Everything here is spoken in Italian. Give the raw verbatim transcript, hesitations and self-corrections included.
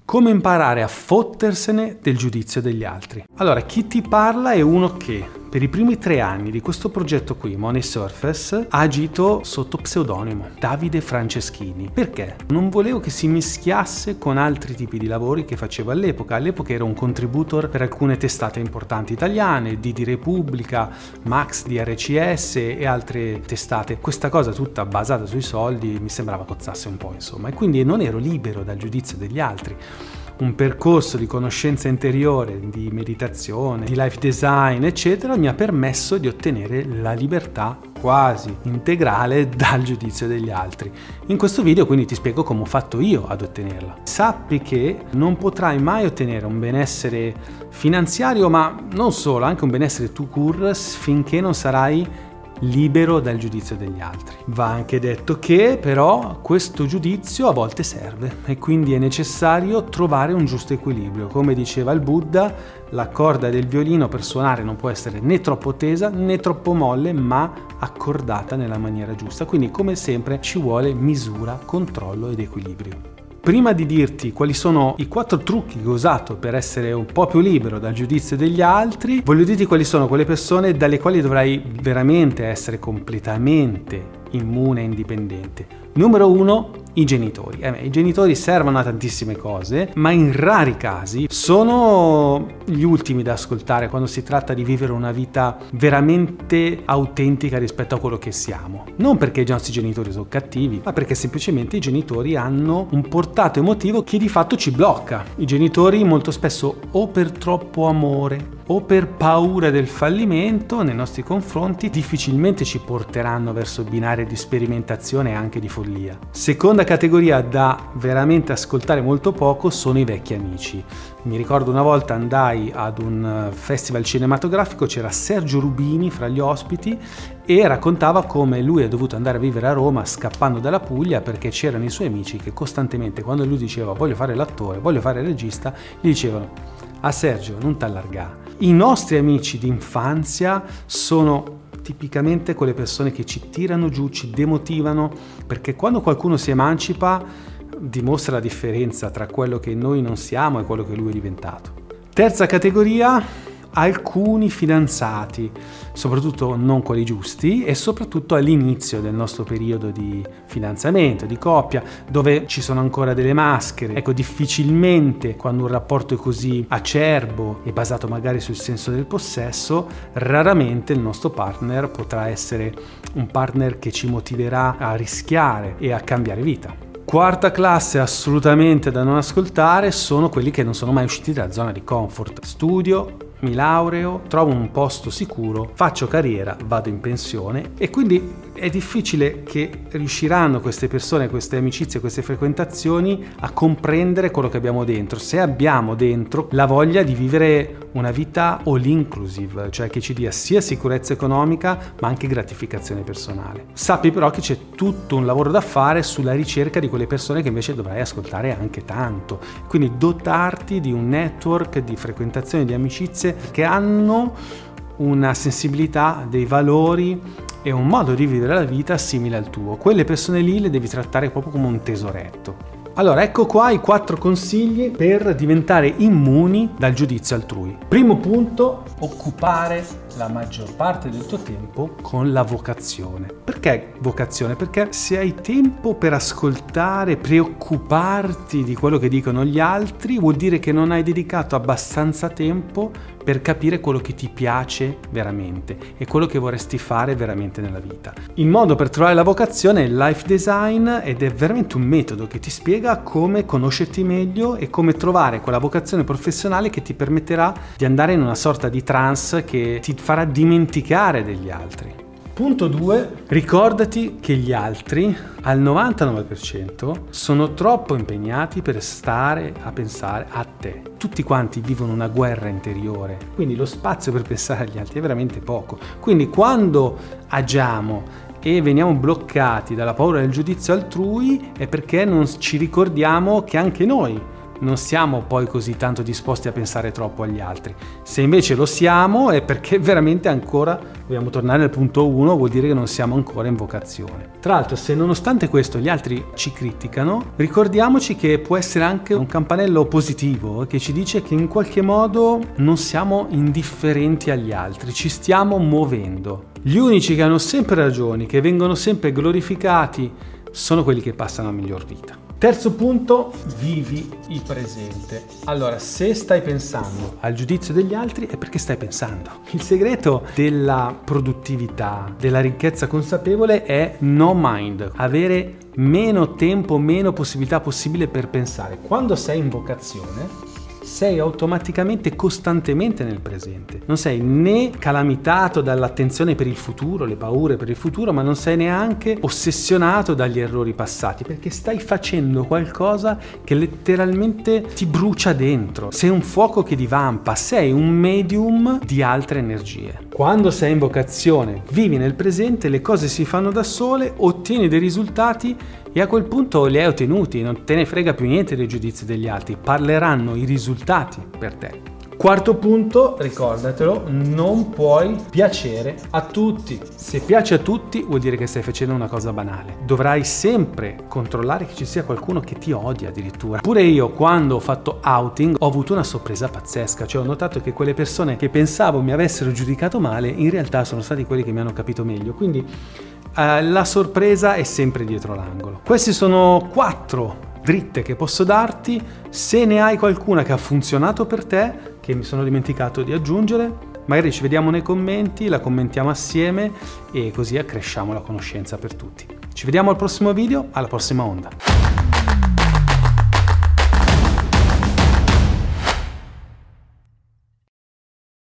Come imparare a fottersene del giudizio degli altri. Allora, chi ti parla è uno che per i primi tre anni di questo progetto qui, Money Surface, ha agito sotto pseudonimo Davide Franceschini. Perché? Non volevo che si mischiasse con altri tipi di lavori che facevo all'epoca. All'epoca ero un contributor per alcune testate importanti italiane, D di Repubblica, Max di R C S e altre testate. Questa cosa tutta basata sui soldi mi sembrava cozzasse un po', insomma, e quindi non ero libero dal giudizio degli altri. Un percorso di conoscenza interiore, di meditazione, di life design, eccetera, mi ha permesso di ottenere la libertà quasi integrale dal giudizio degli altri. In questo video quindi ti spiego come ho fatto io ad ottenerla. Sappi che non potrai mai ottenere un benessere finanziario, ma non solo, anche un benessere tout court, finché non sarai libero dal giudizio degli altri. Va anche detto che però questo giudizio a volte serve e quindi è necessario trovare un giusto equilibrio. Come diceva il Buddha, la corda del violino per suonare non può essere né troppo tesa né troppo molle, ma accordata nella maniera giusta. Quindi, come sempre, ci vuole misura, controllo ed equilibrio. Prima di dirti quali sono i quattro trucchi che ho usato per essere un po' più libero dal giudizio degli altri, voglio dirti quali sono quelle persone dalle quali dovrai veramente essere completamente immune e indipendente. Numero uno, i genitori. Eh beh, i genitori servono a tantissime cose, ma in rari casi sono gli ultimi da ascoltare quando si tratta di vivere una vita veramente autentica rispetto a quello che siamo. Non perché i nostri genitori sono cattivi, ma perché semplicemente i genitori hanno un portato emotivo che di fatto ci blocca. I genitori molto spesso o per troppo amore o per paura del fallimento nei nostri confronti difficilmente ci porteranno verso binari di sperimentazione e anche di follia. Seconda categoria da veramente ascoltare molto poco sono i vecchi amici. Mi ricordo una volta andai ad un festival cinematografico, c'era Sergio Rubini fra gli ospiti e raccontava come lui è dovuto andare a vivere a Roma scappando dalla Puglia perché c'erano i suoi amici che costantemente, quando lui diceva voglio fare l'attore, voglio fare il regista, gli dicevano: a Sergio non t'allargà. I nostri amici d'infanzia sono tipicamente quelle persone che ci tirano giù, ci demotivano, perché quando qualcuno si emancipa dimostra la differenza tra quello che noi non siamo e quello che lui è diventato. Terza categoria, alcuni fidanzati, soprattutto non quelli giusti e soprattutto all'inizio del nostro periodo di fidanzamento, di coppia, dove ci sono ancora delle maschere. Ecco, difficilmente quando un rapporto è così acerbo e basato magari sul senso del possesso, raramente il nostro partner potrà essere un partner che ci motiverà a rischiare e a cambiare vita. Quarta classe assolutamente da non ascoltare sono quelli che non sono mai usciti dalla zona di comfort. Studio, mi laureo, trovo un posto sicuro, faccio carriera, vado in pensione e quindi è difficile che riusciranno queste persone, queste amicizie, queste frequentazioni a comprendere quello che abbiamo dentro. Se abbiamo dentro la voglia di vivere una vita all inclusive, cioè che ci dia sia sicurezza economica ma anche gratificazione personale. Sappi però che c'è tutto un lavoro da fare sulla ricerca di quelle persone che invece dovrai ascoltare anche tanto. Quindi dotarti di un network di frequentazione, di amicizie che hanno una sensibilità, dei valori e un modo di vivere la vita simile al tuo. Quelle persone lì le devi trattare proprio come un tesoretto. Allora, ecco qua i quattro consigli per diventare immuni dal giudizio altrui. Primo punto, occupare la maggior parte del tuo tempo con la vocazione. Perché vocazione? Perché se hai tempo per ascoltare, preoccuparti di quello che dicono gli altri, vuol dire che non hai dedicato abbastanza tempo per capire quello che ti piace veramente e quello che vorresti fare veramente nella vita. Il modo per trovare la vocazione è il life design ed è veramente un metodo che ti spiega come conoscerti meglio e come trovare quella vocazione professionale che ti permetterà di andare in una sorta di trance che ti farà dimenticare degli altri. Punto due. Ricordati che gli altri al novantanove per cento sono troppo impegnati per stare a pensare a te. Tutti quanti vivono una guerra interiore, quindi lo spazio per pensare agli altri è veramente poco. Quindi quando agiamo e veniamo bloccati dalla paura del giudizio altrui è perché non ci ricordiamo che anche noi non siamo poi così tanto disposti a pensare troppo agli altri. Se invece lo siamo è perché veramente ancora dobbiamo tornare al punto uno, vuol dire che non siamo ancora in vocazione. Tra l'altro, se nonostante questo gli altri ci criticano, ricordiamoci che può essere anche un campanello positivo che ci dice che in qualche modo non siamo indifferenti agli altri, ci stiamo muovendo. Gli unici che hanno sempre ragioni, che vengono sempre glorificati, sono quelli che passano la miglior vita. Terzo punto, vivi il presente. Allora, se stai pensando al giudizio degli altri è perché stai pensando. Il segreto della produttività, della ricchezza consapevole è no mind, avere meno tempo, meno possibilità possibile per pensare. Quando sei in vocazione, sei automaticamente costantemente nel presente. Non sei né calamitato dall'attenzione per il futuro, le paure per il futuro, ma non sei neanche ossessionato dagli errori passati, perché stai facendo qualcosa che letteralmente ti brucia dentro. Sei un fuoco che divampa, sei un medium di altre energie. Quando sei in vocazione, vivi nel presente, le cose si fanno da sole, ottieni dei risultati e a quel punto li hai ottenuti, non te ne frega più niente dei giudizi degli altri, parleranno i risultati per te. Quarto punto, ricordatelo, non puoi piacere a tutti. Se piaci a tutti vuol dire che stai facendo una cosa banale. Dovrai sempre controllare che ci sia qualcuno che ti odia addirittura. Pure io, quando ho fatto outing, ho avuto una sorpresa pazzesca, cioè ho notato che quelle persone che pensavo mi avessero giudicato male, in realtà sono stati quelli che mi hanno capito meglio. Quindi Uh, la sorpresa è sempre dietro l'angolo. Questi sono quattro dritte che posso darti. Se ne hai qualcuna che ha funzionato per te, che mi sono dimenticato di aggiungere, magari ci vediamo nei commenti, la commentiamo assieme e così accresciamo la conoscenza per tutti. Ci vediamo al prossimo video, alla prossima onda.